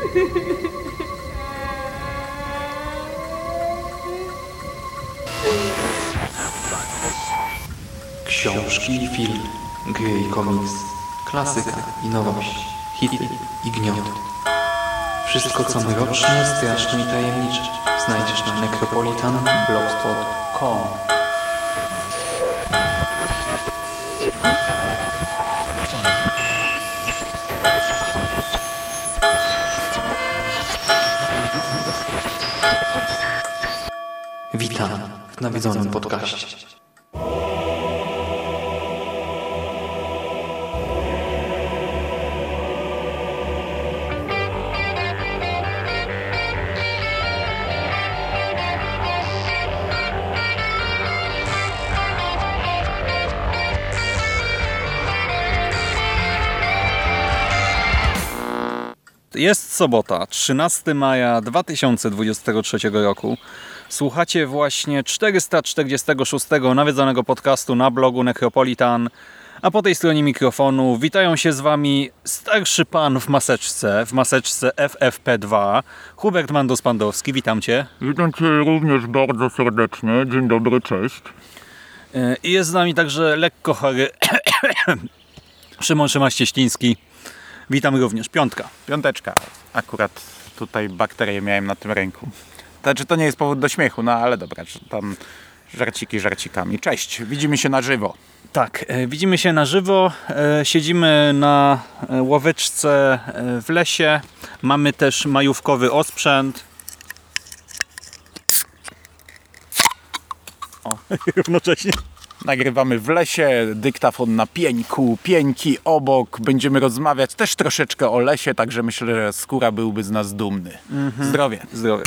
Książki i film, gry i komiks, klasyka i nowość, hity i gniot. Wszystko co mroczne, straszne i tajemnicze znajdziesz na necropolitanblogspot.com. Witam w nawiedzonym podcaście. Jest sobota, 13 maja 2023 roku. Słuchacie właśnie 446 nawiedzonego podcastu na blogu Necropolitan, a po tej stronie mikrofonu witają się z Wami starszy pan w maseczce FFP2, Hubert Mandos-Pandowski, witam Cię. Witam Cię również bardzo serdecznie, dzień dobry, cześć. I jest z nami także lekko chory Szymon Szymaś-Cieśliński. Witam również. Piąteczka. Akurat tutaj bakterię miałem na tym ręku. Znaczy to nie jest powód do śmiechu, no ale dobra, tam żarciki żarcikami. Cześć, widzimy się na żywo. Tak, widzimy się na żywo. Siedzimy na ławeczce w lesie. Mamy też majówkowy osprzęt. O, równocześnie. Nagrywamy w lesie, dyktafon na pieńku, pieńki obok. Będziemy rozmawiać też troszeczkę o lesie, także myślę, że Skóra byłby z nas dumny. Zdrowie. Zdrowie.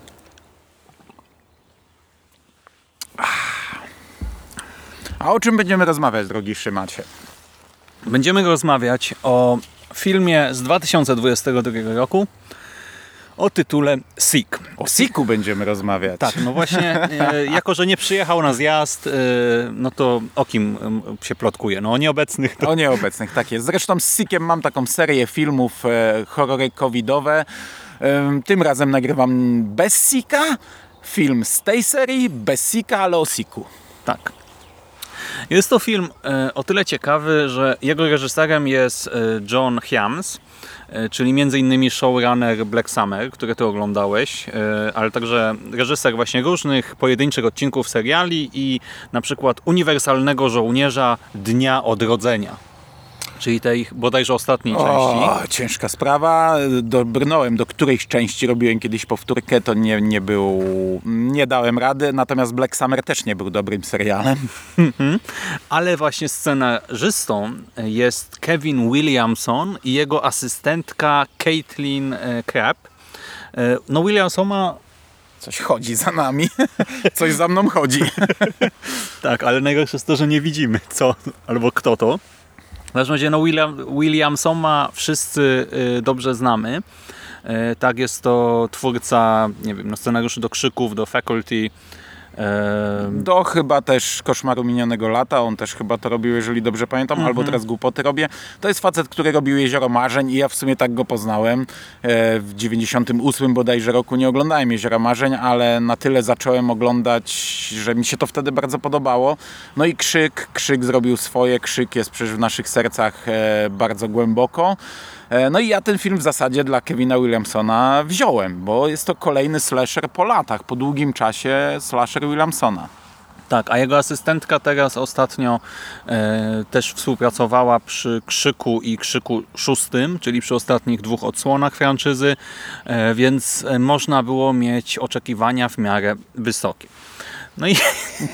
A o czym będziemy rozmawiać, drogi Szymacie? Będziemy rozmawiać o filmie z 2022 roku o tytule Sick. O Sicku będziemy rozmawiać. Tak, no właśnie, jako że nie przyjechał na zjazd, no to o kim się plotkuje? No o nieobecnych. To... O nieobecnych, tak jest. Zresztą z Sickiem mam taką serię filmów horrory covidowe. Tym razem nagrywam bez Sicka. Film z tej serii, bez Sicka, ale o Sicku. Tak. Jest to film o tyle ciekawy, że jego reżyserem jest John Hyams, czyli m.in. showrunner Black Summer, który ty oglądałeś, ale także reżyser właśnie różnych pojedynczych odcinków seriali i na przykład Uniwersalnego Żołnierza Dnia Odrodzenia, czyli tej bodajże ostatniej części. Ciężka sprawa. Dobrnąłem do którejś części, robiłem kiedyś powtórkę, to nie dałem rady, natomiast Black Summer też nie był dobrym serialem. Ale właśnie scenarzystą jest Kevin Williamson i jego asystentka Caitlin Crabb. No Williamson ma... Coś chodzi za nami. Coś za mną chodzi. Tak, ale najgorsze jest to, że nie widzimy co albo kto to. W każdym razie no Williamsona wszyscy dobrze znamy. Tak, jest to twórca, nie wiem, no scenariuszy do Krzyków, do Faculty. Do chyba też Koszmaru minionego lata. On też chyba to robił, jeżeli dobrze pamiętam, albo teraz głupoty robię. To jest facet, który robił Jezioro Marzeń i ja w sumie tak go poznałem. W 98 bodajże roku nie oglądałem Jeziora Marzeń, ale na tyle zacząłem oglądać, że mi się to wtedy bardzo podobało. No i Krzyk zrobił swoje. Krzyk jest przecież w naszych sercach bardzo głęboko. No i ja ten film w zasadzie dla Kevina Williamsona wziąłem, bo jest to kolejny slasher po latach, po długim czasie slasher Williamsona. Tak, a jego asystentka teraz ostatnio też współpracowała przy Krzyku i Krzyku 6, czyli przy ostatnich 2 odsłonach franczyzy, więc można było mieć oczekiwania w miarę wysokie. No i...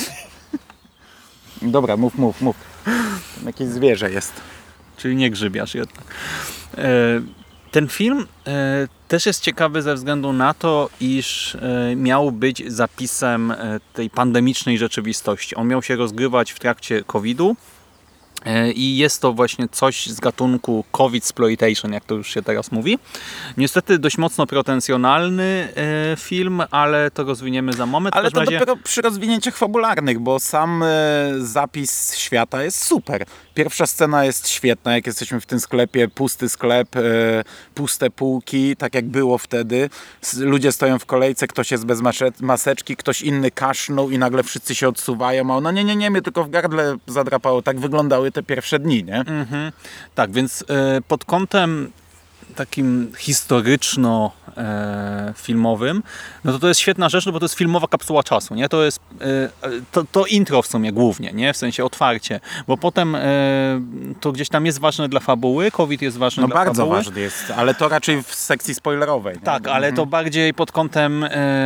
Dobra, mów. Jakieś zwierzę jest. Czyli nie grzybiarz jednak. Ten film też jest ciekawy ze względu na to, iż miał być zapisem tej pandemicznej rzeczywistości. On miał się rozgrywać w trakcie COVID-u I jest to właśnie coś z gatunku Covidsploitation, jak to już się teraz mówi. Niestety dość mocno pretensjonalny film, ale to rozwiniemy za moment. Ale to dopiero przy rozwinięciach fabularnych, bo sam zapis świata jest super. Pierwsza scena jest świetna, jak jesteśmy w tym sklepie, pusty sklep, puste półki, tak jak było wtedy. Ludzie stoją w kolejce, ktoś jest bez maseczki, ktoś inny kaszlnął i nagle wszyscy się odsuwają, a ona nie, mnie tylko w gardle zadrapało. Tak wyglądały te pierwsze dni, nie? Tak, więc pod kątem takim historyczno-filmowym, no to jest świetna rzecz, no bo to jest filmowa kapsuła czasu, nie? To jest to intro w sumie głównie, nie? W sensie otwarcie, bo potem to gdzieś tam jest ważne dla fabuły, COVID jest ważny dla fabuły. No bardzo ważny jest, ale to raczej w sekcji spoilerowej. Nie? Tak, ale to bardziej pod kątem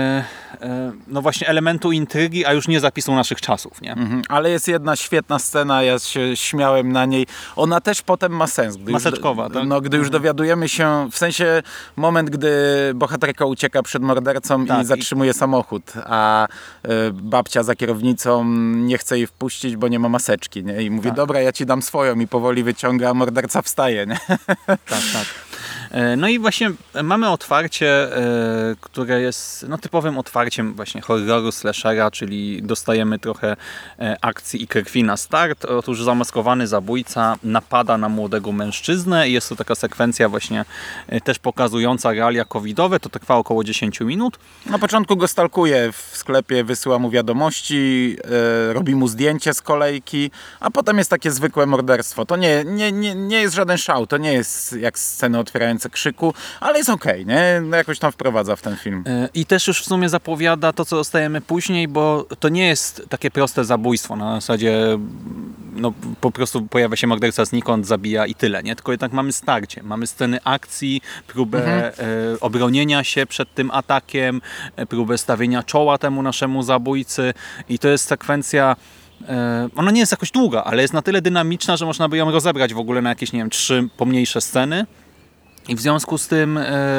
no właśnie elementu intrygi, a już nie zapisu naszych czasów, nie? Ale jest jedna świetna scena, ja się śmiałem na niej. Ona też potem ma sens. Maseczkowa, tak? No, gdy już dowiadujemy się, w sensie moment, gdy bohaterka ucieka przed mordercą i zatrzymuje samochód, a babcia za kierownicą nie chce jej wpuścić, bo nie ma maseczki, nie? I mówi, dobra, ja ci dam swoją i powoli wyciąga, a morderca wstaje, nie? Tak. No i właśnie mamy otwarcie, które jest typowym otwarciem właśnie horroru slashera, czyli dostajemy trochę akcji i krwi na start. Otóż zamaskowany zabójca napada na młodego mężczyznę i jest to taka sekwencja właśnie też pokazująca realia covidowe. To trwa około 10 minut. Na początku go stalkuje w sklepie, wysyła mu wiadomości, robi mu zdjęcie z kolejki, a potem jest takie zwykłe morderstwo. To nie jest żaden szał, to nie jest jak sceny otwierające krzyku, ale jest okej, nie? No jakoś tam wprowadza w ten film. I też już w sumie zapowiada to, co dostajemy później, bo to nie jest takie proste zabójstwo. Na zasadzie po prostu pojawia się morderca znikąd, zabija i tyle, nie? Tylko jednak mamy starcie, mamy sceny akcji, próbę obronienia się przed tym atakiem, próbę stawienia czoła temu naszemu zabójcy i to jest sekwencja. Ona nie jest jakoś długa, ale jest na tyle dynamiczna, że można by ją rozebrać w ogóle na jakieś, 3 pomniejsze sceny. I w związku z tym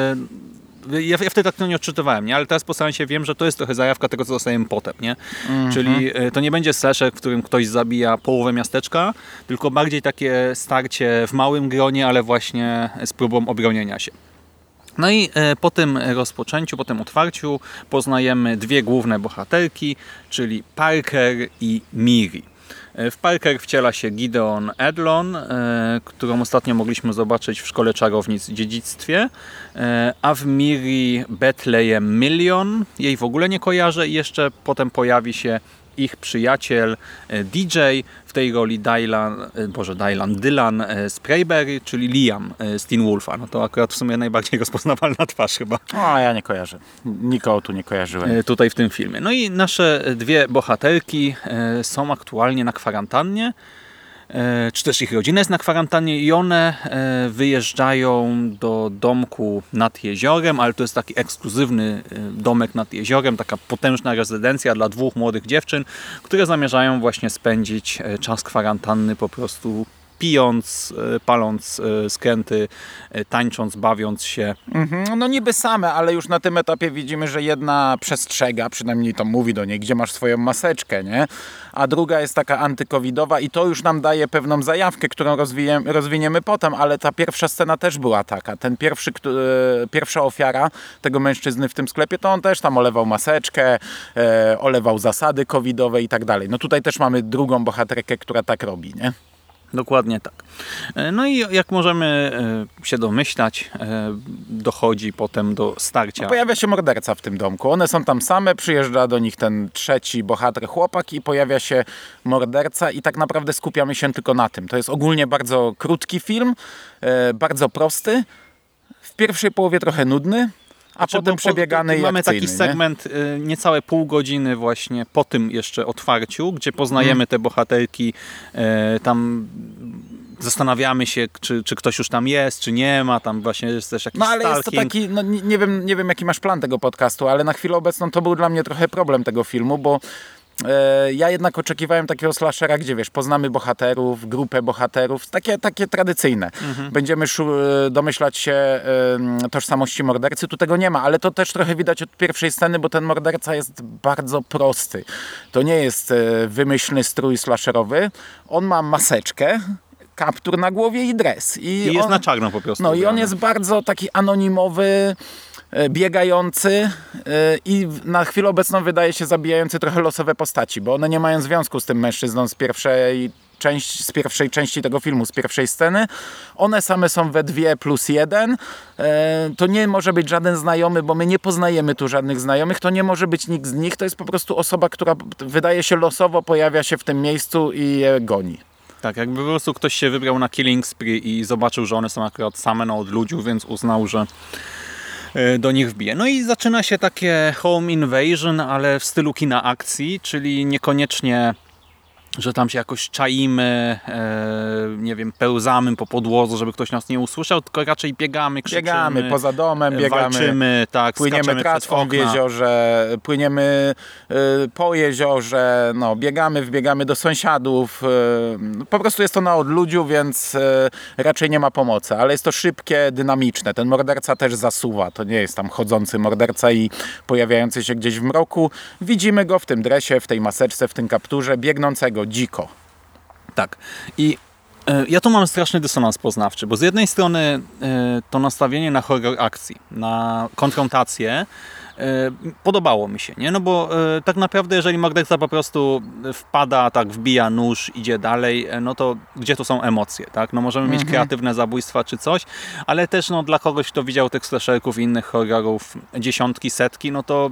ja wtedy tak to nie odczytywałem, nie? Ale teraz po seansie wiem, że to jest trochę zajawka tego, co dostajemy potem, nie? Czyli to nie będzie slasher, w którym ktoś zabija połowę miasteczka, tylko bardziej takie starcie w małym gronie, ale właśnie z próbą obronienia się. No i po tym rozpoczęciu, po tym otwarciu poznajemy 2 główne bohaterki, czyli Parker i Miri. W Parker wciela się Gideon Edlon, którą ostatnio mogliśmy zobaczyć w Szkole Czarownic w Dziedzictwie, a w Miri Bethlehem Million. Jej w ogóle nie kojarzę i jeszcze potem pojawi się ich przyjaciel DJ, w tej roli Dylan Sprayberry, czyli Liam z Teen Wolfa. No to akurat w sumie najbardziej rozpoznawalna twarz chyba. O, ja nie kojarzę. Nikogo tu nie kojarzyłem. Tutaj w tym filmie. No i nasze 2 bohaterki są aktualnie na kwarantannie, czy też ich rodzina jest na kwarantannie i one wyjeżdżają do domku nad jeziorem, ale to jest taki ekskluzywny domek nad jeziorem, taka potężna rezydencja dla 2 młodych dziewczyn, które zamierzają właśnie spędzić czas kwarantanny po prostu pijąc, paląc skręty, tańcząc, bawiąc się. No niby same, ale już na tym etapie widzimy, że jedna przestrzega, przynajmniej to mówi do niej, gdzie masz swoją maseczkę, nie? A druga jest taka antykowidowa i to już nam daje pewną zajawkę, którą rozwiniemy potem, ale ta pierwsza scena też była taka. Ten pierwsza ofiara tego mężczyzny w tym sklepie, to on też tam olewał maseczkę, olewał zasady covidowe i tak dalej. No tutaj też mamy drugą bohaterkę, która tak robi, nie? Dokładnie tak. No i jak możemy się domyślać, dochodzi potem do starcia. Pojawia się morderca w tym domku. One są tam same, przyjeżdża do nich ten trzeci bohater, chłopak i pojawia się morderca i tak naprawdę skupiamy się tylko na tym. To jest ogólnie bardzo krótki film, bardzo prosty, w pierwszej połowie trochę nudny, a potem przebiegany i mamy akcyjny, taki segment niecałe pół godziny właśnie po tym jeszcze otwarciu, gdzie poznajemy te bohaterki, tam zastanawiamy się, czy ktoś już tam jest, czy nie ma, tam właśnie jest też jakiś ale stalking. jest to taki, nie wiem jaki masz plan tego podcastu, ale na chwilę obecną to był dla mnie trochę problem tego filmu, bo Ja jednak oczekiwałem takiego slashera, gdzie wiesz, poznamy bohaterów, grupę bohaterów, takie tradycyjne. Będziemy domyślać się tożsamości mordercy, tu tego nie ma, ale to też trochę widać od pierwszej sceny, bo ten morderca jest bardzo prosty. To nie jest wymyślny strój slasherowy, on ma maseczkę, kaptur na głowie i dres. I jest na czarno po prostu. No i on jest bardzo taki anonimowy, biegający i na chwilę obecną wydaje się zabijający trochę losowe postaci, bo one nie mają związku z tym mężczyzną z pierwszej części tego filmu, z pierwszej sceny. One same są we 2+1. To nie może być żaden znajomy, bo my nie poznajemy tu żadnych znajomych. To nie może być nikt z nich. To jest po prostu osoba, która wydaje się losowo pojawia się w tym miejscu i je goni. Tak, jakby po prostu ktoś się wybrał na killing spree i zobaczył, że one są akurat same na odludziu, więc uznał, że do nich wbije. No i zaczyna się takie home invasion, ale w stylu kina akcji, czyli niekoniecznie, że tam się jakoś czaimy, nie wiem, pełzamy po podłodze, żeby ktoś nas nie usłyszał, tylko raczej biegamy, krzyczymy. Biegamy poza domem, walczymy, tak, płyniemy tratwą w jeziorze, płyniemy po jeziorze, no, wbiegamy do sąsiadów. Po prostu jest to na odludziu, więc raczej nie ma pomocy, ale jest to szybkie, dynamiczne. Ten morderca też zasuwa, to nie jest tam chodzący morderca i pojawiający się gdzieś w mroku. Widzimy go w tym dresie, w tej maseczce, w tym kapturze, biegnącego dziko. Tak. I ja tu mam straszny dysonans poznawczy, bo z jednej strony to nastawienie na horror akcji, na konfrontację podobało mi się, nie? No bo tak naprawdę jeżeli morderca po prostu wpada, tak wbija nóż, idzie dalej, no to gdzie tu są emocje, tak? No możemy mieć kreatywne zabójstwa czy coś, ale też no dla kogoś, kto widział tych slasherków i innych horrorów dziesiątki, setki, no to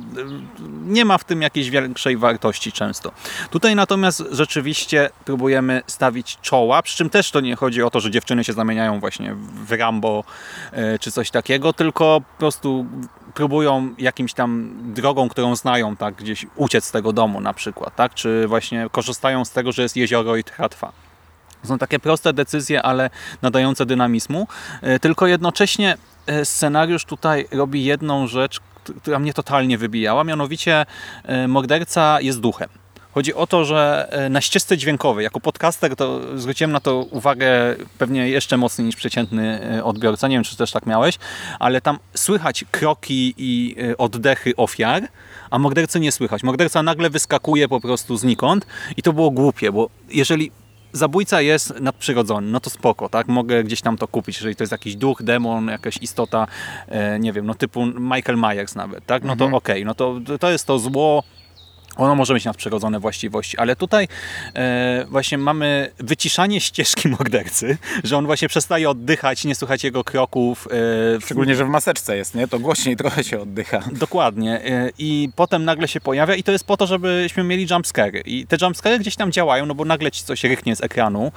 nie ma w tym jakiejś większej wartości często. Tutaj natomiast rzeczywiście próbujemy stawić czoła, przy czym też to nie chodzi o to, że dziewczyny się zamieniają właśnie w Rambo czy coś takiego, tylko po prostu próbują jakimś tam drogą, którą znają, tak, gdzieś uciec z tego domu na przykład, tak, czy właśnie korzystają z tego, że jest jezioro i tratwa. Są takie proste decyzje, ale nadające dynamizmu, tylko jednocześnie scenariusz tutaj robi jedną rzecz, która mnie totalnie wybijała, mianowicie morderca jest duchem. Chodzi o to, że na ścieżce dźwiękowej, jako podcaster, to zwróciłem na to uwagę pewnie jeszcze mocniej niż przeciętny odbiorca. Nie wiem, czy też tak miałeś, ale tam słychać kroki i oddechy ofiar, a mordercy nie słychać. Morderca nagle wyskakuje po prostu znikąd i to było głupie, bo jeżeli zabójca jest nadprzyrodzony, no to spoko, tak? Mogę gdzieś tam to kupić, jeżeli to jest jakiś duch, demon, jakaś istota, nie wiem, no typu Michael Myers nawet, tak? No to okej, no to jest to zło, ono może mieć nadprzyrodzone właściwości, ale tutaj właśnie mamy wyciszanie ścieżki mordercy, że on właśnie przestaje oddychać, nie słychać jego kroków. Szczególnie, że w maseczce jest, nie? To głośniej trochę się oddycha. Dokładnie. I potem nagle się pojawia i to jest po to, żebyśmy mieli jumpscary. I te jumpscary gdzieś tam działają, no bo nagle ci coś rychnie z ekranu,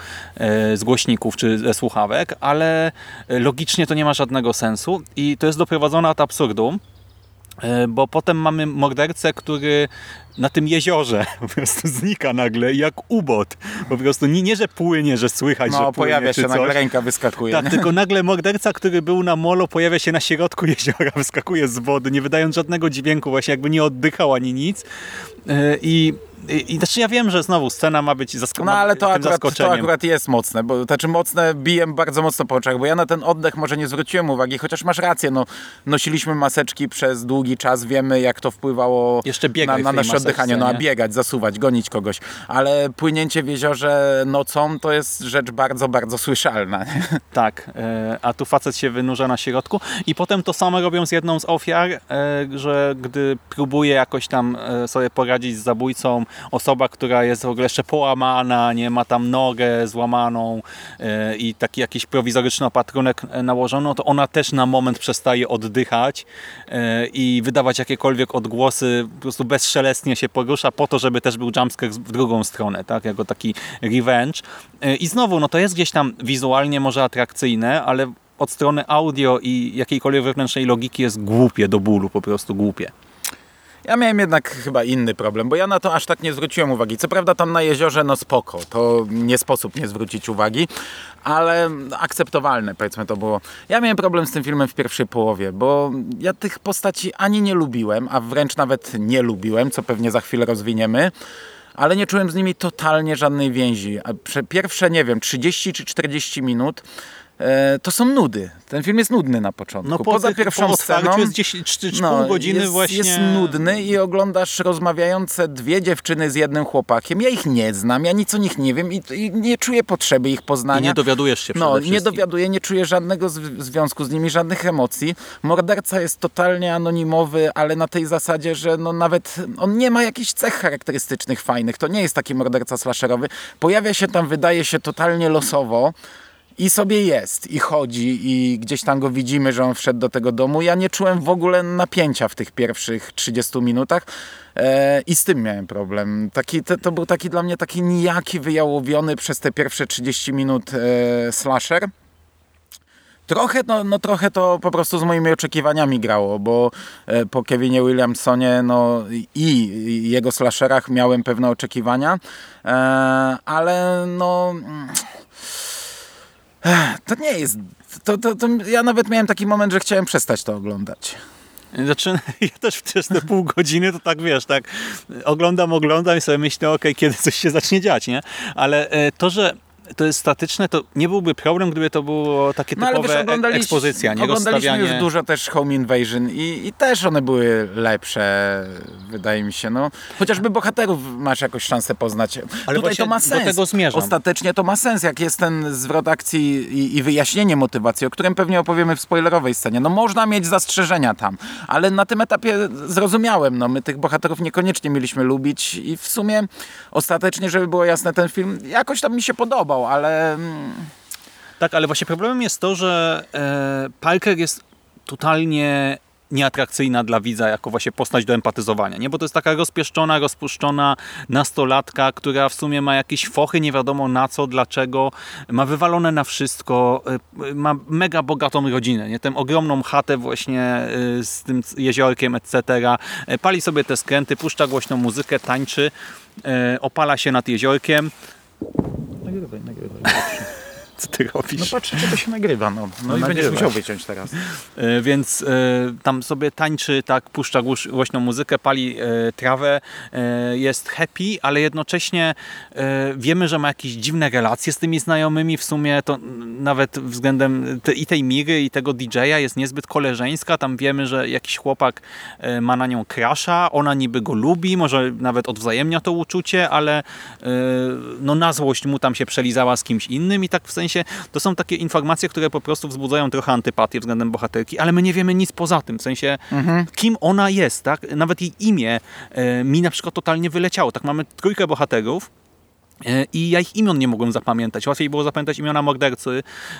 z głośników czy ze słuchawek, ale logicznie to nie ma żadnego sensu i to jest doprowadzone ad absurdum, bo potem mamy mordercę, który na tym jeziorze po prostu znika nagle jak ubot. Po prostu nie, że płynie, że słychać, że płynie, pojawia się, czy coś. nagle ręka wyskakuje. Tak, tylko nagle morderca, który był na molo, pojawia się na środku jeziora, wyskakuje z wody, nie wydając żadnego dźwięku, właśnie jakby nie oddychał ani nic. I znaczy ja wiem, że znowu scena ma być No ale to zaskoczeniem. akurat jest mocne, bo znaczy mocne bije bardzo mocno po oczach, bo ja na ten oddech może nie zwróciłem uwagi, chociaż masz rację, no nosiliśmy maseczki przez długi czas, wiemy jak to wpływało jeszcze na nasze oddychanie, no a nie? biegać, zasuwać, gonić kogoś, ale płynięcie w jeziorze nocą to jest rzecz bardzo, bardzo słyszalna. Nie? Tak, a tu facet się wynurza na środku i potem to samo robią z jedną z ofiar, że gdy próbuje jakoś tam sobie poradzić z zabójcą, osoba, która jest w ogóle jeszcze połamana, nie ma tam nogę złamaną i taki jakiś prowizoryczny opatrunek nałożono, to ona też na moment przestaje oddychać i wydawać jakiekolwiek odgłosy, po prostu bezszelestnie się porusza po to, żeby też był jumpscare w drugą stronę, tak, jako taki revenge. I znowu, no to jest gdzieś tam wizualnie może atrakcyjne, ale od strony audio i jakiejkolwiek wewnętrznej logiki jest głupie do bólu, po prostu głupie. Ja miałem jednak chyba inny problem, bo ja na to aż tak nie zwróciłem uwagi. Co prawda tam na jeziorze, no spoko, to nie sposób nie zwrócić uwagi, ale akceptowalne, powiedzmy to było. Ja miałem problem z tym filmem w pierwszej połowie, bo ja tych postaci ani nie lubiłem, a wręcz nawet nie lubiłem, co pewnie za chwilę rozwiniemy. ale nie czułem z nimi totalnie żadnej więzi. A pierwsze, nie wiem, 30 czy 40 minut to są nudy. Ten film jest nudny na początku. No Poza pierwszą sceną jest 10 czy pół godziny właśnie. Jest nudny i oglądasz rozmawiające dwie dziewczyny z jednym chłopakiem. Ja ich nie znam, ja nic o nich nie wiem i nie czuję potrzeby ich poznania. I nie dowiadujesz się przede wszystkim. Nie dowiaduję, nie czuję żadnego związku z nimi, żadnych emocji. Morderca jest totalnie anonimowy, ale na tej zasadzie, że nawet on nie ma jakichś cech charakterystycznych fajnych. To nie jest taki morderca slasherowy. Pojawia się tam, wydaje się, totalnie losowo. I sobie jest, i chodzi, i gdzieś tam go widzimy, że on wszedł do tego domu. Ja nie czułem w ogóle napięcia w tych pierwszych 30 minutach i z tym miałem problem. To był taki dla mnie taki nijaki, wyjałowiony przez te pierwsze 30 minut slasher. Trochę to po prostu z moimi oczekiwaniami grało, bo po Kevinie Williamsonie i jego slasherach miałem pewne oczekiwania, ale to nie jest... Ja nawet miałem taki moment, że chciałem przestać to oglądać. Znaczy, ja też przez te pół godziny to tak, wiesz, tak oglądam i sobie myślę, okej, kiedy coś się zacznie dziać, nie? Ale to, że to jest statyczne, to nie byłby problem, gdyby to było takie typowe ekspozycja, nie rozstawianie. Oglądaliśmy już dużo też Home Invasion i też one były lepsze, wydaje mi się. Chociażby bohaterów masz jakąś szansę poznać. Ale tutaj to ma sens. Do tego zmierzam. Ostatecznie to ma sens, jak jest ten zwrot akcji i wyjaśnienie motywacji, o którym pewnie opowiemy w spoilerowej scenie. Można mieć zastrzeżenia tam, ale na tym etapie zrozumiałem. My tych bohaterów niekoniecznie mieliśmy lubić i w sumie ostatecznie, żeby było jasne, ten film jakoś tam mi się podobał. Ale... Tak, ale właśnie problemem jest to, że Parker jest totalnie nieatrakcyjna dla widza jako właśnie postać do empatyzowania, nie? Bo to jest taka rozpieszczona, rozpuszczona nastolatka, która w sumie ma jakieś fochy, nie wiadomo na co, dlaczego, ma wywalone na wszystko, ma mega bogatą rodzinę, nie? Tę ogromną chatę właśnie z tym jeziorkiem, etc. Pali sobie te skręty, puszcza głośną muzykę, tańczy, opala się nad jeziorkiem. Nagrywaj. Co ty robisz? Patrz, czy to się nagrywa. I będziesz musiał wyciąć teraz. Więc tam sobie tańczy, tak, puszcza głośną muzykę, pali trawę, jest happy, ale jednocześnie wiemy, że ma jakieś dziwne relacje z tymi znajomymi. W sumie to nawet względem i tej Miry, i tego DJ-a jest niezbyt koleżeńska. Tam wiemy, że jakiś chłopak ma na nią crusha, ona niby go lubi, może nawet odwzajemnia to uczucie, ale na złość mu tam się przelizała z kimś innym i tak w sensie to są takie informacje, które po prostu wzbudzają trochę antypatię względem bohaterki, ale my nie wiemy nic poza tym, w sensie kim ona jest, tak? Nawet jej imię mi na przykład totalnie wyleciało, tak? Mamy trójkę bohaterów i ja ich imion nie mogłem zapamiętać. Łatwiej było zapamiętać imiona mordercy,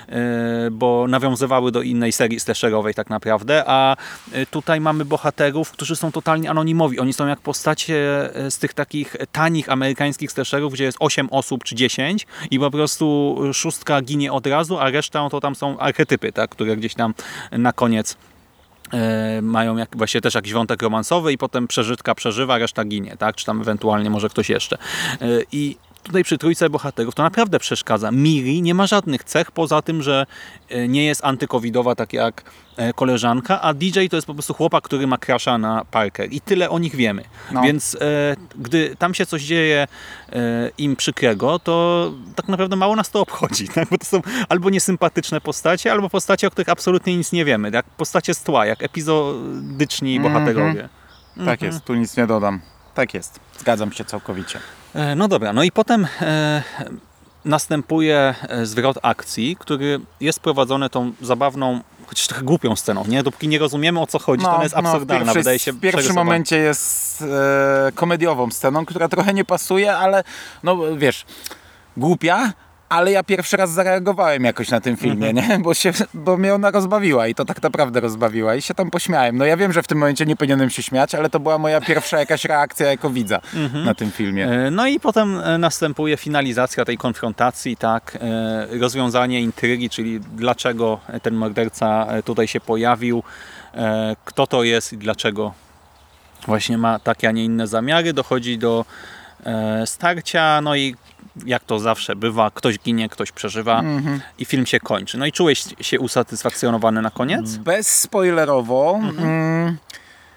bo nawiązywały do innej serii slasherowej tak naprawdę, a tutaj mamy bohaterów, którzy są totalnie anonimowi. Oni są jak postacie z tych takich tanich amerykańskich slasherów, gdzie jest 8 osób czy 10 i po prostu 6 ginie od razu, a reszta to tam są archetypy, tak, które gdzieś tam na koniec mają właśnie też jakiś wątek romansowy i potem przeżytka przeżywa, reszta ginie, tak? Czy tam ewentualnie może ktoś jeszcze. I tutaj przy trójce bohaterów to naprawdę przeszkadza. Miri nie ma żadnych cech poza tym, że nie jest antykowidowa tak jak koleżanka, a DJ to jest po prostu chłopak, który ma crusha na Parker i tyle o nich wiemy. Więc gdy tam się coś dzieje im przykrego, to tak naprawdę mało nas to obchodzi, tak? Bo to są albo niesympatyczne postacie, albo postacie, o których absolutnie nic nie wiemy, jak postacie z tła, jak epizodyczni bohaterowie. Tak jest, tu nic nie dodam. Tak jest, zgadzam się całkowicie. No dobra, i potem następuje zwrot akcji, który jest prowadzony tą zabawną, chociaż trochę głupią sceną, nie? Dopóki nie rozumiemy, o co chodzi, to ona jest absurdalna, wydaje się w pierwszym momencie jest komediową sceną, która trochę nie pasuje, ale wiesz, głupia, ale ja pierwszy raz zareagowałem jakoś na tym filmie, nie? Bo mnie ona rozbawiła i to tak naprawdę rozbawiła i się tam pośmiałem. Ja wiem, że w tym momencie nie powinienem się śmiać, ale to była moja pierwsza jakaś reakcja jako widza na tym filmie. I potem następuje finalizacja tej konfrontacji, tak? Rozwiązanie intrygi, czyli dlaczego ten morderca tutaj się pojawił, kto to jest i dlaczego właśnie ma takie, a nie inne zamiary. Dochodzi do starcia, i jak to zawsze bywa, ktoś ginie, ktoś przeżywa i film się kończy. I czułeś się usatysfakcjonowany na koniec? Bezspoilerowo.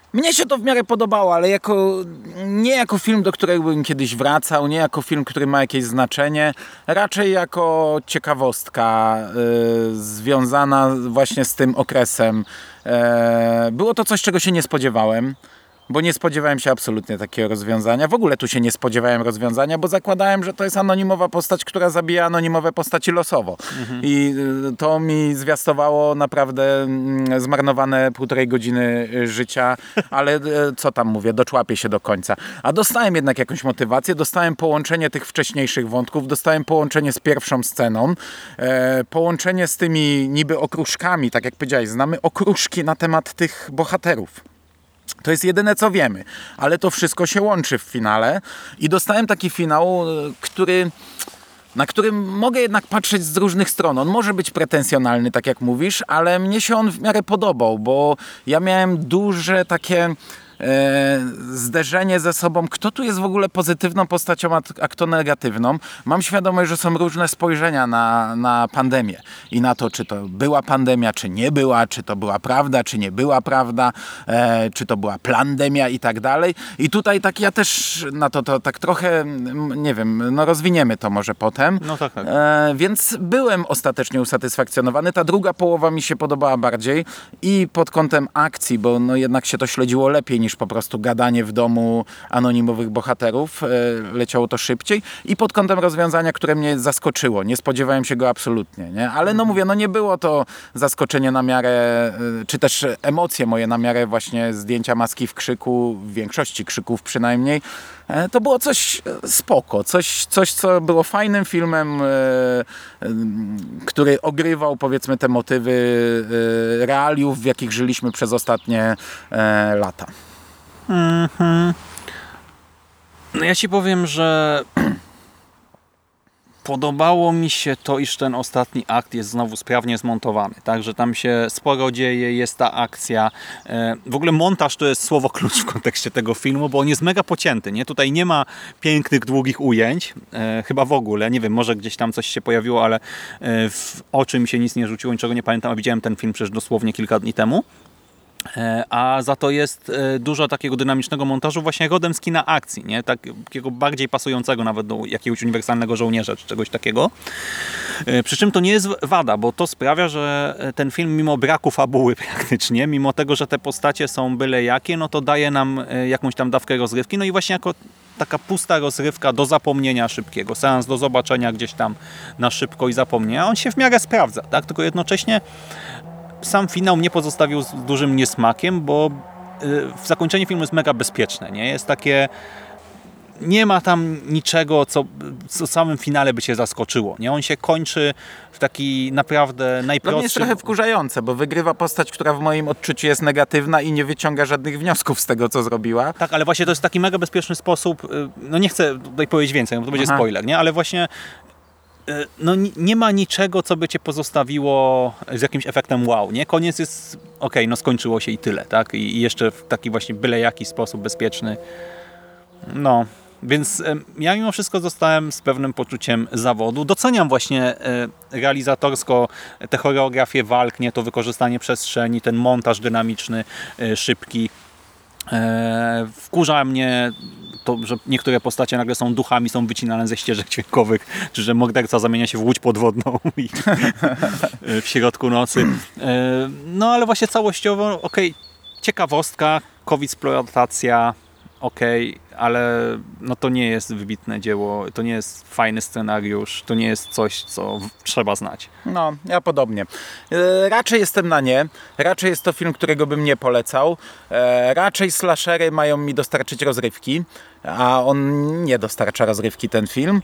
Mnie się to w miarę podobało, ale nie jako film, do którego bym kiedyś wracał, nie jako film, który ma jakieś znaczenie, raczej jako ciekawostka związana właśnie z tym okresem. Było to coś, czego się nie spodziewałem. Bo nie spodziewałem się absolutnie takiego rozwiązania. W ogóle tu się nie spodziewałem rozwiązania, bo zakładałem, że to jest anonimowa postać, która zabija anonimowe postaci losowo. I to mi zwiastowało naprawdę zmarnowane 1,5 godziny życia, ale co tam mówię, doczłapię się do końca. A dostałem jednak jakąś motywację, dostałem połączenie tych wcześniejszych wątków, dostałem połączenie z pierwszą sceną, połączenie z tymi niby okruszkami, tak jak powiedziałeś, znamy okruszki na temat tych bohaterów. To jest jedyne, co wiemy, ale to wszystko się łączy w finale i dostałem taki finał, na którym mogę jednak patrzeć z różnych stron. On może być pretensjonalny, tak jak mówisz, ale mnie się on w miarę podobał, bo ja miałem duże takie zderzenie ze sobą, kto tu jest w ogóle pozytywną postacią, a kto negatywną. Mam świadomość, że są różne spojrzenia na pandemię i na to, czy to była pandemia, czy nie była, czy to była prawda, czy nie była prawda, czy to była plandemia i tak dalej. I tutaj tak ja też na to tak trochę, nie wiem, no rozwiniemy to może potem. No tak. Więc byłem ostatecznie usatysfakcjonowany. Ta druga połowa mi się podobała bardziej i pod kątem akcji, bo no jednak się to śledziło lepiej niż po prostu gadanie w domu anonimowych bohaterów. Leciało to szybciej. I pod kątem rozwiązania, które mnie zaskoczyło. Nie spodziewałem się go absolutnie. Nie? Ale no mówię, no nie było to zaskoczenie na miarę, czy też emocje moje na miarę właśnie zdjęcia maski w krzyku, w większości krzyków przynajmniej. To było coś spoko. Coś, co było fajnym filmem, który ogrywał powiedzmy te motywy realiów, w jakich żyliśmy przez ostatnie lata. No ja ci powiem, że podobało mi się to, iż ten ostatni akt jest znowu sprawnie zmontowany, tak, że tam się sporo dzieje, jest ta akcja. W ogóle montaż to jest słowo klucz w kontekście tego filmu, bo on jest mega pocięty, nie? Tutaj nie ma pięknych, długich ujęć, chyba w ogóle, nie wiem, może gdzieś tam coś się pojawiło, ale w oczy mi się nic nie rzuciło, niczego nie pamiętam, a widziałem ten film przecież dosłownie kilka dni temu. A za to jest dużo takiego dynamicznego montażu właśnie rodem z kina akcji, nie? Takiego bardziej pasującego nawet do jakiegoś uniwersalnego żołnierza czy czegoś takiego. Przy czym to nie jest wada, bo to sprawia, że ten film mimo braku fabuły praktycznie, mimo tego, że te postacie są byle jakie, no to daje nam jakąś tam dawkę rozrywki, no i właśnie jako taka pusta rozrywka do zapomnienia szybkiego, seans do zobaczenia gdzieś tam na szybko i zapomnienia, on się w miarę sprawdza, tak? Tylko jednocześnie sam finał mnie pozostawił z dużym niesmakiem, bo w zakończeniu filmu jest mega bezpieczne, nie? Jest takie... Nie ma tam niczego, co w samym finale by cię zaskoczyło, nie? On się kończy w taki naprawdę najprostszy... To mnie jest trochę wkurzające, bo wygrywa postać, która w moim odczuciu jest negatywna i nie wyciąga żadnych wniosków z tego, co zrobiła. Tak, ale właśnie to jest taki mega bezpieczny sposób, no nie chcę tutaj powiedzieć więcej, bo to będzie spoiler, nie? Ale właśnie no nie ma niczego, co by cię pozostawiło z jakimś efektem wow, nie? Koniec jest okej, no skończyło się i tyle, tak? I jeszcze w taki właśnie byle jaki sposób bezpieczny. No, więc ja mimo wszystko zostałem z pewnym poczuciem zawodu. Doceniam właśnie realizatorsko te choreografię walk, nie? To wykorzystanie przestrzeni, ten montaż dynamiczny, szybki. Wkurza mnie to, że niektóre postacie nagle są duchami, są wycinane ze ścieżek dźwiękowych, czy że morderca zamienia się w łódź podwodną i w środku nocy. No ale właśnie całościowo, ciekawostka, COVID-sploatacja, ale no to nie jest wybitne dzieło, to nie jest fajny scenariusz, to nie jest coś, co trzeba znać. No, ja podobnie. Raczej jestem na nie. Raczej jest to film, którego bym nie polecał. Raczej slashery mają mi dostarczyć rozrywki, a on nie dostarcza rozrywki, ten film.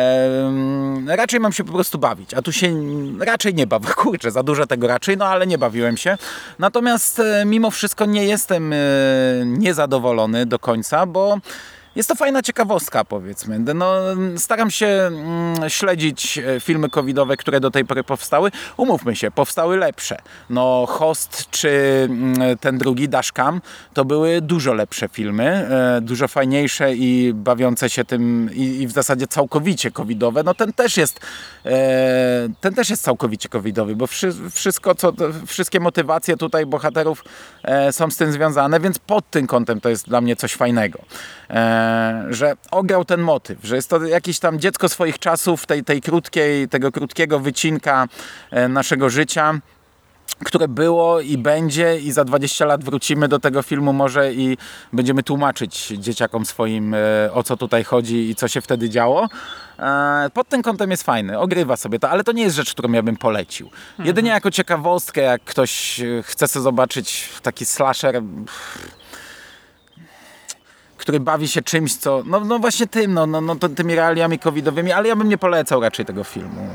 Raczej mam się po prostu bawić, a tu się raczej nie bawię. Kurczę, za dużo tego raczej, no ale nie bawiłem się. Natomiast mimo wszystko nie jestem niezadowolony do końca, bo jest to fajna ciekawostka, powiedzmy. No, staram się śledzić filmy covidowe, które do tej pory powstały. Umówmy się, powstały lepsze. No, Host czy ten drugi, Dashcam, to były dużo lepsze filmy, dużo fajniejsze i bawiące się tym i w zasadzie całkowicie covidowe. No, ten też jest całkowicie covidowy, bo wszystkie motywacje tutaj bohaterów są z tym związane, więc pod tym kątem to jest dla mnie coś fajnego. Że ograł ten motyw, że jest to jakieś tam dziecko swoich czasów, tego krótkiego wycinka naszego życia, które było i będzie i za 20 lat wrócimy do tego filmu może i będziemy tłumaczyć dzieciakom swoim, o co tutaj chodzi i co się wtedy działo. Pod tym kątem jest fajny, ogrywa sobie to, ale to nie jest rzecz, którą ja bym polecił. Jedynie jako ciekawostkę, jak ktoś chce sobie zobaczyć taki slasher, który bawi się czymś, co, no właśnie tym, tymi realiami covidowymi, ale ja bym nie polecał raczej tego filmu.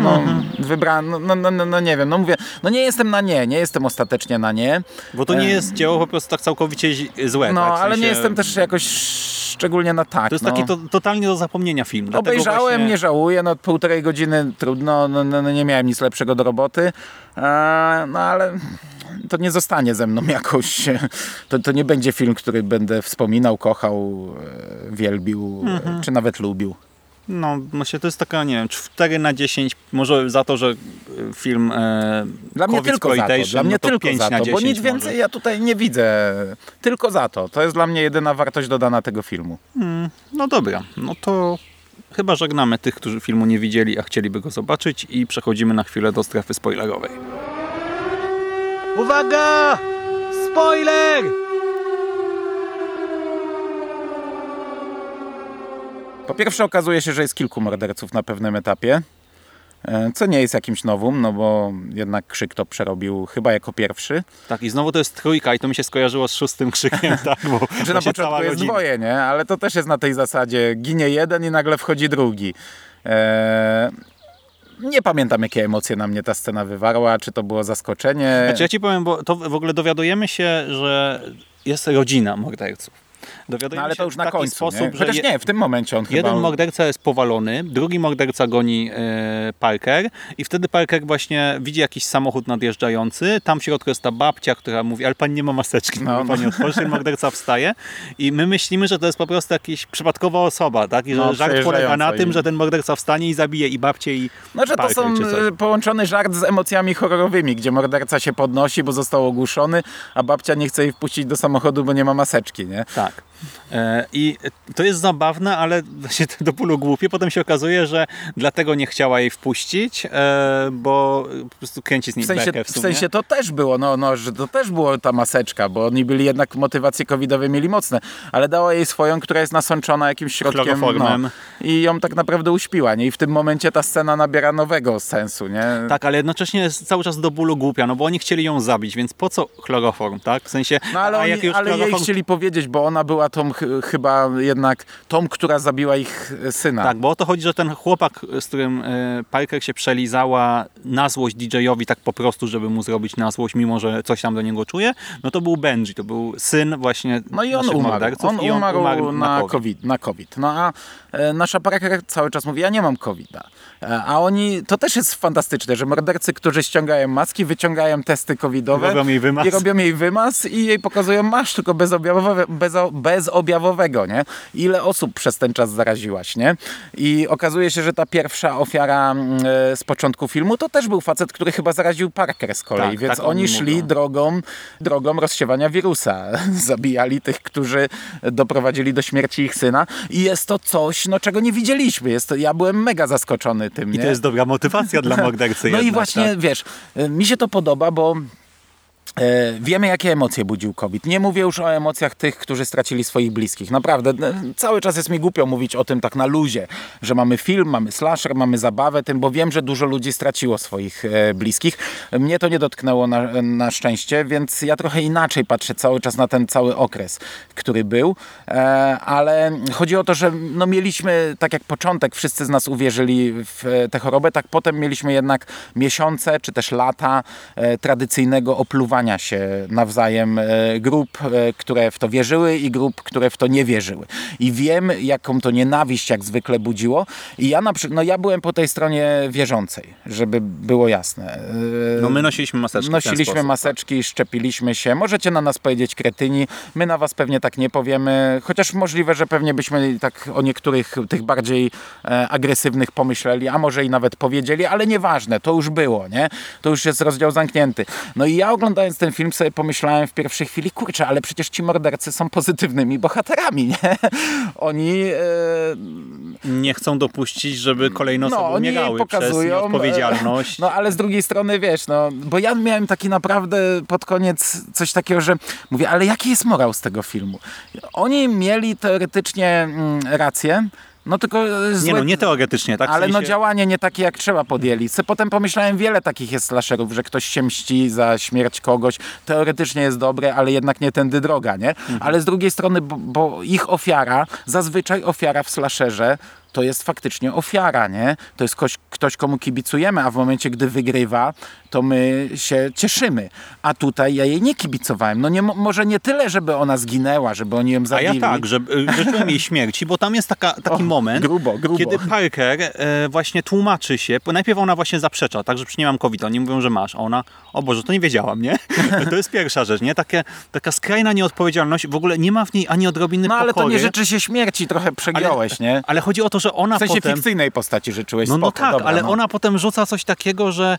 Nie wiem, mówię, nie jestem na nie jestem ostatecznie na nie. Bo to nie jest dzieło po prostu tak całkowicie złe. No, tak? W sensie... ale nie jestem też jakoś szczególnie na tak. To jest taki totalnie do zapomnienia film. Obejrzałem, właśnie... nie żałuję, 1,5 godziny trudno, nie miałem nic lepszego do roboty, ale... To nie zostanie ze mną jakoś, to nie będzie film, który będę wspominał, kochał, wielbił, czy nawet lubił. No, myślę, to jest taka, nie wiem, 4/10, może za to, że film dla mnie tylko za to, dla mnie tylko za to, bo nic więcej ja tutaj nie widzę, tylko za to. To jest dla mnie jedyna wartość dodana tego filmu. No dobra, no to chyba żegnamy tych, którzy filmu nie widzieli, a chcieliby go zobaczyć i przechodzimy na chwilę do strefy spoilerowej. Uwaga! Spoiler! Po pierwsze okazuje się, że jest kilku morderców na pewnym etapie, co nie jest jakimś nowum, no bo jednak Krzyk to przerobił chyba jako pierwszy. Tak, i znowu to jest trójka i to mi się skojarzyło z 6. Krzykiem, tak? Bo że na początku jest dwoje, nie? Ale to też jest na tej zasadzie, ginie jeden i nagle wchodzi drugi. Nie pamiętam, jakie emocje na mnie ta scena wywarła, czy to było zaskoczenie. Znaczy ja ci powiem, bo to w ogóle dowiadujemy się, że jest rodzina morderców. Ale to już na końcu, sposób, nie? Chociaż nie, w tym momencie on jeden chyba... morderca jest powalony, drugi morderca goni Parker i wtedy Parker właśnie widzi jakiś samochód nadjeżdżający, tam w środku jest ta babcia, która mówi, ale pan nie ma maseczki, pani otworzy, morderca wstaje i my myślimy, że to jest po prostu jakaś przypadkowa osoba, tak? I że żart polega na tym, że ten morderca wstanie i zabije i babcię i że Parker, to są połączony żart z emocjami horrorowymi, gdzie morderca się podnosi, bo został ogłuszony, a babcia nie chce jej wpuścić do samochodu, bo nie ma maseczki, nie? Tak. I to jest zabawne, ale właśnie do bólu głupie. Potem się okazuje, że dlatego nie chciała jej wpuścić, bo po prostu kręci z niej bekę w sumie. W sensie to też było, że to też było ta maseczka, bo oni byli jednak motywacje covidowe mieli mocne, ale dała jej swoją, która jest nasączona jakimś środkiem i ją tak naprawdę uśpiła, nie? I w tym momencie ta scena nabiera nowego sensu, nie? Tak, ale jednocześnie jest cały czas do bólu głupia, no bo oni chcieli ją zabić, więc po co chloroform, tak? W sensie, ale jej chcieli powiedzieć, bo ona była tą chyba jednak która zabiła ich syna. Tak, bo o to chodzi, że ten chłopak, z którym Parker się przelizała na złość DJ-owi tak po prostu, żeby mu zrobić na złość, mimo że coś tam do niego czuje, no to był Benji, to był syn właśnie naszych morderców. On umarł na COVID. No a nasza Parker cały czas mówi, ja nie mam COVID-a. A oni, to też jest fantastyczne, że mordercy, którzy ściągają maski, wyciągają testy covidowe i robią jej wymaz i jej pokazują, masz tylko bezobjawowego, nie? Ile osób przez ten czas zaraziłaś, nie? I okazuje się, że ta pierwsza ofiara z początku filmu to też był facet, który chyba zaraził Parker z kolei, tak, więc tak oni szli drogą rozsiewania wirusa. Zabijali tych, którzy doprowadzili do śmierci ich syna i jest to coś, czego nie widzieliśmy. Ja byłem mega zaskoczony tym, nie? I to jest dobra motywacja dla mordercy. No jednak, i właśnie, tak? Wiesz, mi się to podoba, bo wiemy, jakie emocje budził COVID. Nie mówię już o emocjach tych, którzy stracili swoich bliskich. Naprawdę, cały czas jest mi głupio mówić o tym tak na luzie, że mamy film, mamy slasher, mamy zabawę tym, bo wiem, że dużo ludzi straciło swoich bliskich. Mnie to nie dotknęło na szczęście, więc ja trochę inaczej patrzę cały czas na ten cały okres, który był. Ale chodzi o to, że mieliśmy, tak jak początek, wszyscy z nas uwierzyli w tę chorobę, tak potem mieliśmy jednak miesiące, czy też lata tradycyjnego opluwania wyzywania się nawzajem grup, które w to wierzyły i grup, które w to nie wierzyły. I wiem, jaką to nienawiść jak zwykle budziło. I ja na przykład, no ja byłem po tej stronie wierzącej, żeby było jasne. No my nosiliśmy maseczki. Nosiliśmy maseczki, szczepiliśmy się. Możecie na nas powiedzieć kretyni. My na was pewnie tak nie powiemy. Chociaż możliwe, że pewnie byśmy tak o niektórych tych bardziej agresywnych pomyśleli, a może i nawet powiedzieli, ale nieważne, to już było, nie? To już jest rozdział zamknięty. No i ja oglądając ten film sobie pomyślałem w pierwszej chwili, kurczę, ale przecież ci mordercy są pozytywnymi bohaterami, nie? Oni nie chcą dopuścić, żeby kolejne osoby umiergały pokazują, przez nieodpowiedzialność. No ale z drugiej strony, wiesz, no, bo ja miałem taki naprawdę pod koniec coś takiego, że mówię, ale jaki jest morał z tego filmu? Oni mieli teoretycznie rację, no tylko nie teoretycznie, tak? Ale w sensie... no działanie nie takie jak trzeba podjęli. Potem pomyślałem, wiele takich jest slasherów, że ktoś się mści za śmierć kogoś. Teoretycznie jest dobre, ale jednak nie tędy droga, nie? Ale z drugiej strony, bo ich ofiara, zazwyczaj ofiara w slasherze, to jest faktycznie ofiara, nie? To jest ktoś, komu kibicujemy, a w momencie, gdy wygrywa, to my się cieszymy. A tutaj ja jej nie kibicowałem. No nie, może nie tyle, żeby ona zginęła, żeby oni ją zabili. A ja tak, że życzyłem jej śmierci, bo tam jest taki moment, grubo. kiedy Parker właśnie tłumaczy się, bo najpierw ona właśnie zaprzecza, tak, że przecież nie mam COVID, oni mówią, że masz, a ona, o Boże, to nie wiedziałam, nie? To jest pierwsza rzecz, nie? Taka skrajna nieodpowiedzialność, w ogóle nie ma w niej ani odrobiny pokory. No ale to nie życzy się śmierci, trochę przegiąłeś, nie? Ale chodzi o to, że ona w sensie potem... fikcyjnej postaci życzyłeś, No spoko, tak, dobra, ale no. ona potem rzuca coś takiego, że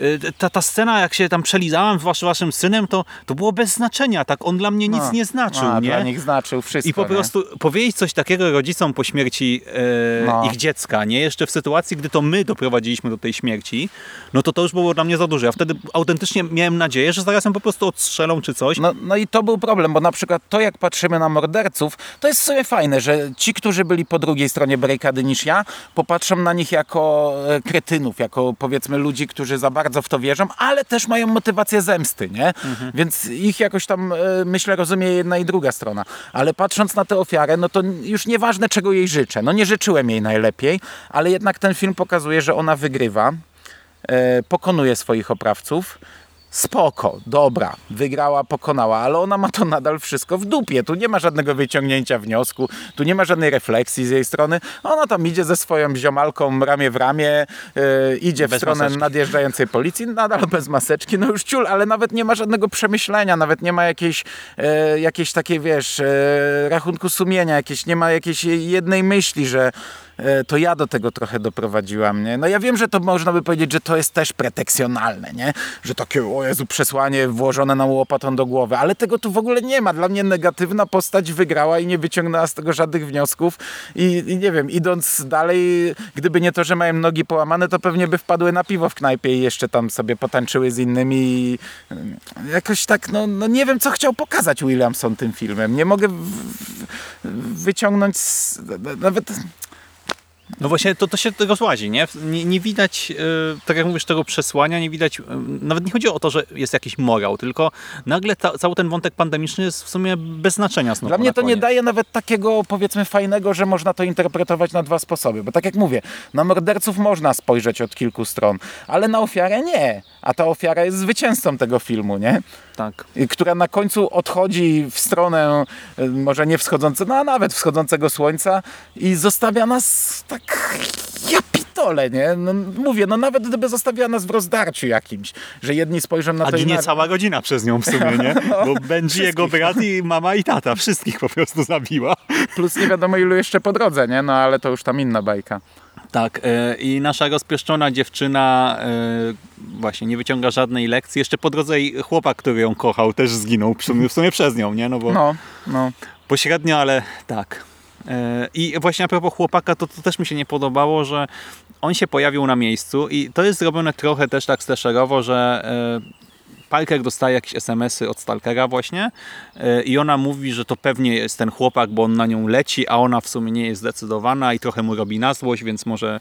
ta scena, jak się tam przelizałem waszym synem, to było bez znaczenia, tak? On dla mnie nic nie znaczył, nie? Dla nich znaczył wszystko, I po prostu powiedzieć coś takiego rodzicom po śmierci ich dziecka, nie? Jeszcze w sytuacji, gdy to my doprowadziliśmy do tej śmierci, no to już było dla mnie za dużo. Ja wtedy autentycznie miałem nadzieję, że zaraz ją po prostu odstrzelą czy coś. No i to był problem, bo na przykład to, jak patrzymy na morderców, to jest w sumie fajne, że ci, którzy byli po drugiej stronie barykady niż ja, popatrzą na nich jako kretynów, jako powiedzmy ludzi, którzy za bardzo w to wierzą, ale też mają motywację zemsty, nie? Więc ich jakoś tam, myślę, rozumie jedna i druga strona. Ale patrząc na tę ofiarę, no to już nieważne, czego jej życzę. No nie życzyłem jej najlepiej, ale jednak ten film pokazuje, że ona wygrywa, pokonuje swoich oprawców. Spoko, dobra, wygrała, pokonała, ale ona ma to nadal wszystko w dupie. Tu nie ma żadnego wyciągnięcia wniosku, tu nie ma żadnej refleksji z jej strony. Ona tam idzie ze swoją ziomalką ramię w ramię, idzie w stronę nadjeżdżającej policji, nadal bez maseczki, no już ciul, ale nawet nie ma żadnego przemyślenia, nawet nie ma jakiejś takiej, wiesz, rachunku sumienia, nie ma jakiejś jednej myśli, że to ja do tego trochę doprowadziłam, nie? No ja wiem, że to można by powiedzieć, że to jest też pretensjonalne, nie? Że takie, o Jezu, przesłanie włożone nam łopatą do głowy, ale tego tu w ogóle nie ma. Dla mnie negatywna postać wygrała i nie wyciągnęła z tego żadnych wniosków i nie wiem, idąc dalej, gdyby nie to, że mają nogi połamane, to pewnie by wpadły na piwo w knajpie i jeszcze tam sobie potańczyły z innymi i jakoś tak, no nie wiem, co chciał pokazać Williamson tym filmem. Nie mogę wyciągnąć nawet... No właśnie to się rozłazi, nie? Nie widać, tak jak mówisz, tego przesłania, nie widać, nawet nie chodzi o to, że jest jakiś morał, tylko nagle cały ten wątek pandemiczny jest w sumie bez znaczenia znowu. Dla mnie to nie daje nawet takiego, powiedzmy, fajnego, że można to interpretować na dwa sposoby, bo tak jak mówię, na morderców można spojrzeć od kilku stron, ale na ofiarę nie, a ta ofiara jest zwycięzcą tego filmu, nie? Tak. Która na końcu odchodzi w stronę może nie wschodzącego, no a nawet wschodzącego słońca i zostawia nas tak, ja pitole, nie? No, mówię, no nawet gdyby zostawiła nas w rozdarciu jakimś, że jedni spojrzą na to i cała rodzina przez nią w sumie, nie? Bo będzie jego brat i mama i tata, wszystkich po prostu zabiła. Plus nie wiadomo ilu jeszcze po drodze, nie? No ale to już tam inna bajka. Tak, i nasza rozpieszczona dziewczyna właśnie nie wyciąga żadnej lekcji. Jeszcze po drodze jej chłopak, który ją kochał, też zginął w sumie przez nią, nie? No bo no. Pośrednio, ale tak. I właśnie a propos chłopaka, to też mi się nie podobało, że on się pojawił na miejscu i to jest zrobione trochę też tak slasherowo, że Parker dostaje jakieś SMS-y od Stalkera właśnie i ona mówi, że to pewnie jest ten chłopak, bo on na nią leci, a ona w sumie nie jest zdecydowana i trochę mu robi na złość, więc może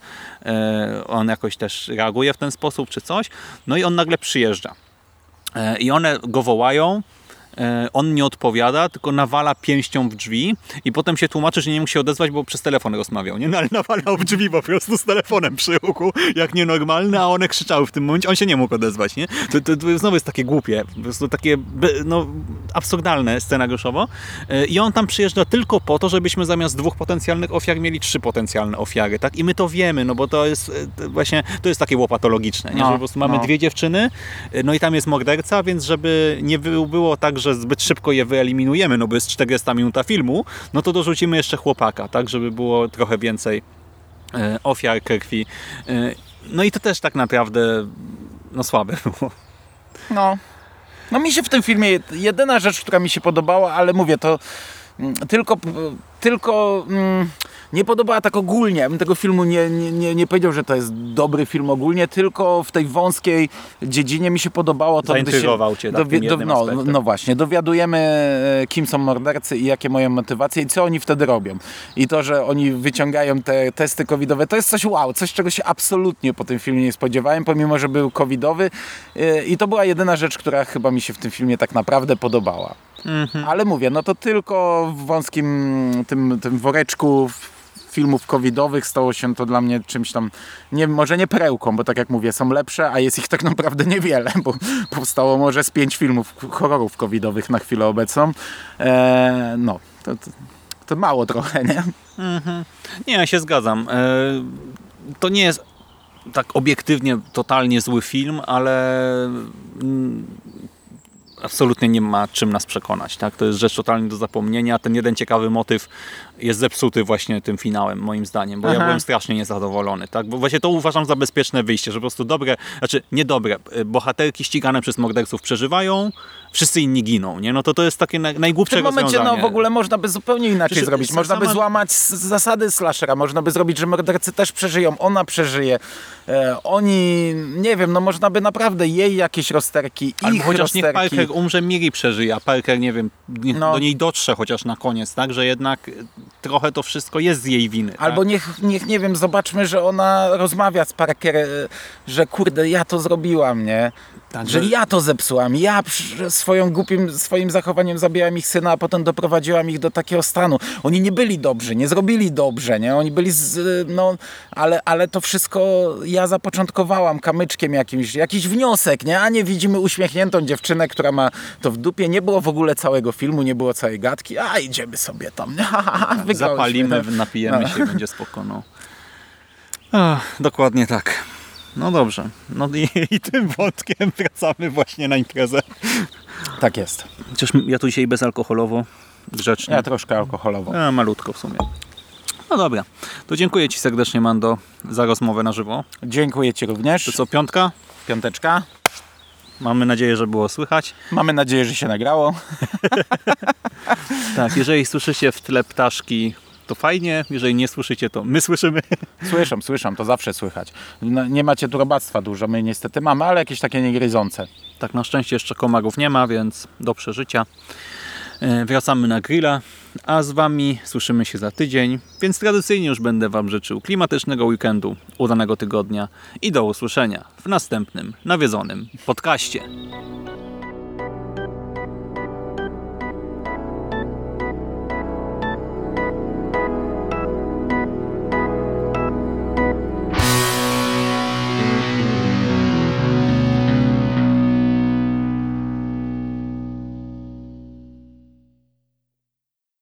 on jakoś też reaguje w ten sposób czy coś. No i on nagle przyjeżdża. I one go wołają on nie odpowiada, tylko nawala pięścią w drzwi i potem się tłumaczy, że nie mógł się odezwać, bo przez telefon rozmawiał, nie? No ale nawalał w drzwi po prostu z telefonem przy uchu, jak nienormalne, a one krzyczały w tym momencie, on się nie mógł odezwać, nie? To znowu jest takie głupie, po prostu takie no, absurdalne scenariuszowo i on tam przyjeżdża tylko po to, żebyśmy zamiast 2 potencjalnych ofiar mieli 3 potencjalne ofiary, tak? I my to wiemy, no bo to jest właśnie, to jest takie łopatologiczne, nie? Że po prostu mamy 2 dziewczyny, no i tam jest morderca, więc żeby nie było tak, że zbyt szybko je wyeliminujemy, no bo jest 40 minuta filmu, no to dorzucimy jeszcze chłopaka, tak? Żeby było trochę więcej ofiar krwi. No i to też tak naprawdę no słabe było. No mi się w tym filmie jedyna rzecz, która mi się podobała, ale mówię, to tylko nie podobała tak ogólnie. Ja bym tego filmu nie powiedział, że to jest dobry film ogólnie, tylko w tej wąskiej dziedzinie mi się podobało to, zaintrygował cię tak, tym jednym aspektem. No właśnie, dowiadujemy, kim są mordercy i jakie mają motywacje i co oni wtedy robią. I to, że oni wyciągają te testy covidowe, to jest coś wow, coś czego się absolutnie po tym filmie nie spodziewałem, pomimo, że był covidowy i to była jedyna rzecz, która chyba mi się w tym filmie tak naprawdę podobała. Ale mówię, no to tylko w wąskim tym woreczku filmów covidowych stało się to dla mnie czymś tam, może nie perełką, bo tak jak mówię, są lepsze, a jest ich tak naprawdę niewiele, bo powstało może z 5 filmów horrorów covidowych na chwilę obecną. No, to mało trochę, nie? Nie, ja się zgadzam. To nie jest tak obiektywnie totalnie zły film, ale absolutnie nie ma czym nas przekonać. Tak? To jest rzecz totalnie do zapomnienia. Ten jeden ciekawy motyw jest zepsuty właśnie tym finałem, moim zdaniem, bo ja byłem strasznie niezadowolony. Tak? Bo właśnie to uważam za bezpieczne wyjście, że po prostu niedobre. Bohaterki ścigane przez morderców przeżywają, wszyscy inni giną. Nie? No to jest takie najgłupsze rozwiązanie. W tym momencie w ogóle można by zupełnie inaczej zrobić. Można by złamać zasady slashera, można by zrobić, że mordercy też przeżyją, ona przeżyje. Oni, nie wiem, no można by naprawdę jej jakieś rozterki, albo ich chociaż rozterki. Niech Parker umrze, Miri przeżyje, a Parker, nie wiem, do niej dotrze chociaż na koniec, tak? Że jednak trochę to wszystko jest z jej winy. Albo tak? niech, nie wiem, zobaczmy, że ona rozmawia z Parkerem, że kurde, ja to zrobiłam, nie? Tak, że ja to zepsułam, ja swoim zachowaniem zabijałam ich syna, a potem doprowadziłam ich do takiego stanu. Oni nie byli dobrzy, nie zrobili dobrze, nie? Oni byli, ale to wszystko ja zapoczątkowałam kamyczkiem jakimś, jakiś wniosek, nie? A nie widzimy uśmiechniętą dziewczynę, która ma to w dupie. Nie było w ogóle całego filmu, nie było całej gadki. A idziemy sobie tam, nie? Zapalimy, napijemy się i będzie spoko, no. Dokładnie tak. No dobrze. No i tym wątkiem wracamy właśnie na imprezę. Tak jest. Chociaż ja tu dzisiaj bezalkoholowo, grzecznie. Ja troszkę alkoholowo. Malutko w sumie. No dobra. To dziękuję Ci serdecznie, Mando, za rozmowę na żywo. Dziękuję Ci również. To co, 5? 5. Mamy nadzieję, że było słychać. Mamy nadzieję, że się nagrało. Tak, jeżeli słyszycie w tle ptaszki, to fajnie. Jeżeli nie słyszycie, to my słyszymy. Słyszą, to zawsze słychać. No, nie macie tu robactwa dużo, my niestety mamy, ale jakieś takie niegryzące. Tak, na szczęście jeszcze komarów nie ma, więc do przeżycia. Wracamy na grilla, a z Wami słyszymy się za tydzień, więc tradycyjnie już będę Wam życzył klimatycznego weekendu, udanego tygodnia i do usłyszenia w następnym nawiedzonym podcaście.